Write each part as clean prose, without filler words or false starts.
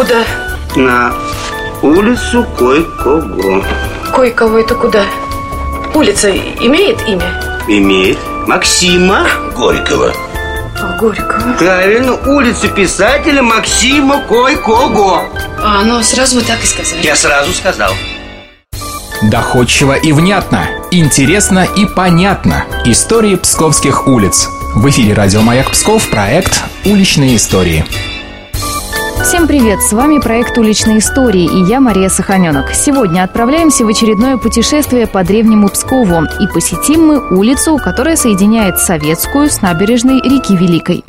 куда? На улицу кое-кого. Кое-кого это куда? Улица имеет имя? Имеет. Максима Горького. Горького. Правильно, улица писателя Максима Кое-кого. Сразу вы так и сказали. Я сразу сказал. Доходчиво и внятно, интересно и понятно. Истории псковских улиц. В эфире радио «Маяк Псков», проект «Уличные истории». Всем привет! С вами проект «Уличные истории» и я, Мария Саханенок. Сегодня отправляемся в очередное путешествие по древнему Пскову и посетим мы улицу, которая соединяет Советскую с набережной реки Великой.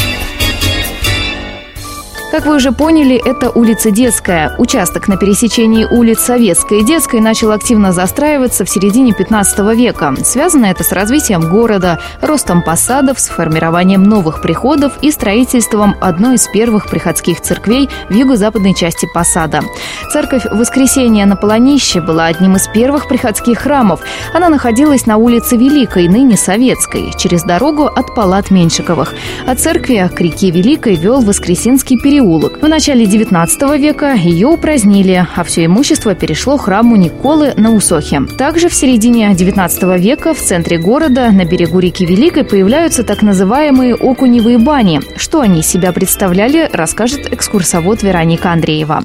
Как вы уже поняли, это улица Детская. Участок на пересечении улиц Советской и Детской начал активно застраиваться в середине 15 века. Связано это с развитием города, ростом посадов, с формированием новых приходов и строительством одной из первых приходских церквей в юго-западной части посада. Церковь Воскресения на Полонище была одним из первых приходских храмов. Она находилась на улице Великой, ныне Советской, через дорогу от палат Меньшиковых. От церкви к реке Великой вел Воскресенский переулок. В начале 19 века ее упразднили, а все имущество перешло храму Николы на Усохе. Также в середине 19 века в центре города на берегу реки Великой появляются так называемые окуневые бани. Что они из себя представляли, расскажет экскурсовод Вероника Андреева.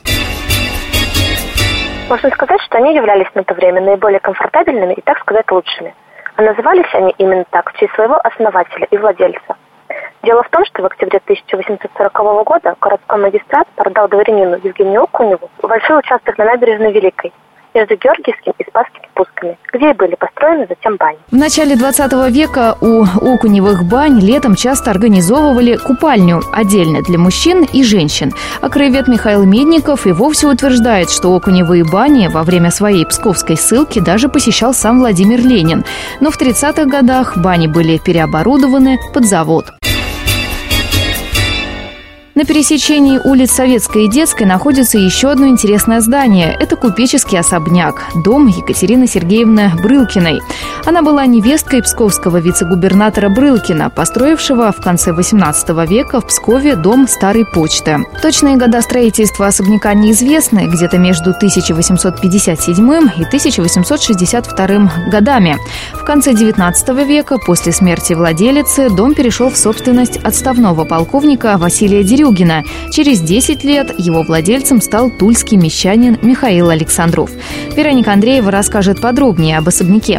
Можно сказать, что они являлись на то время наиболее комфортабельными и, так сказать, лучшими. А назывались они именно так в честь своего основателя и владельца. Дело в том, что в октябре 1840 года городской магистрат продал дворянину Евгению Окуневу большой участок на набережной Великой между Георгиевским и Спасскими спусками, где и были построены затем бани. В начале 20 века у Окуневых бань летом часто организовывали купальню отдельно для мужчин и женщин. А краевед Михаил Медников и вовсе утверждает, что Окуневые бани во время своей псковской ссылки даже посещал сам Владимир Ленин. Но в 30-х годах бани были переоборудованы под завод. На пересечении улиц Советской и Детской находится еще одно интересное здание. Это купеческий особняк, дом Екатерины Сергеевны Брылкиной. Она была невесткой псковского вице-губернатора Брылкина, построившего в конце 18 века в Пскове дом Старой почты. Точные года строительства особняка неизвестны, где-то между 1857 и 1862 годами. В конце 19 века, после смерти владелицы, дом перешел в собственность отставного полковника Василия Дерюгина. Через 10 лет его владельцем стал тульский мещанин Михаил Александров. Вероника Андреева расскажет подробнее об особняке.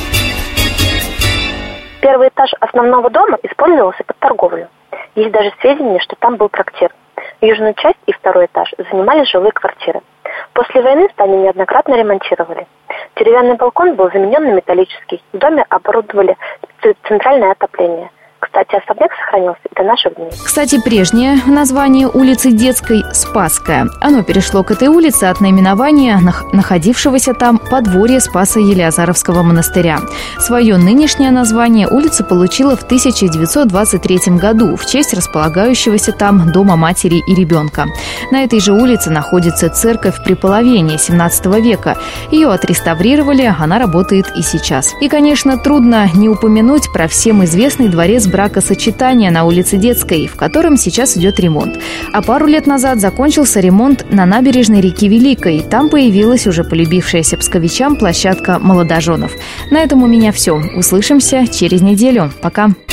Первый этаж основного дома использовался под торговлю. Есть даже сведения, что там был трактир. Южную часть и второй этаж занимали жилые квартиры. После войны здание неоднократно ремонтировали. Деревянный балкон был заменен на металлический. В доме оборудовали центральное отопление. Кстати, особняк сохранился и до наших дней. Кстати, прежнее название улицы Детской – Спасская. Оно перешло к этой улице от наименования находившегося там подворья Спаса Елеазаровского монастыря. Свое нынешнее название улица получила в 1923 году в честь располагающегося там дома матери и ребенка. На этой же улице находится церковь Преполовения XVII века. Ее отреставрировали, она работает и сейчас. И, конечно, трудно не упомянуть про всем известный дворец бракосочетания на улице Детской, в котором сейчас идет ремонт. А пару лет назад закончился ремонт на набережной реки Великой. Там появилась уже полюбившаяся псковичам площадка молодоженов. На этом у меня все. Услышимся через неделю. Пока.